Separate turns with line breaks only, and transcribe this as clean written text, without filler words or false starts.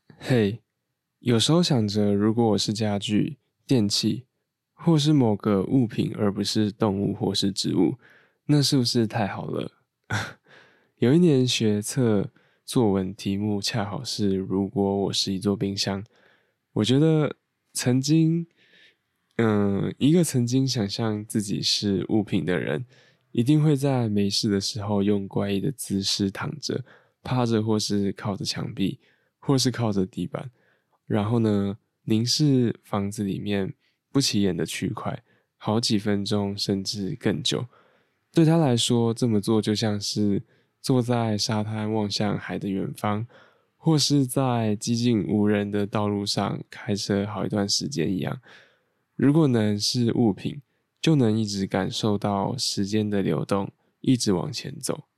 嘿，有时候想着，如果我是家具、电器，或是某个物品，而不是动物或是植物，那是不是太好了？有一年学测作文题目恰好是“如果我是一座冰箱”，我觉得曾经，一个曾经想象自己是物品的人，一定会在没事的时候用怪异的姿势躺着、趴着，或是靠着墙壁，或是靠着地板，然后呢，凝视房子里面不起眼的区块，好几分钟甚至更久。对他来说，这么做就像是坐在沙滩望向海的远方，或是在寂静无人的道路上开车好一段时间一样。如果能是物品，就能一直感受到时间的流动，一直往前走。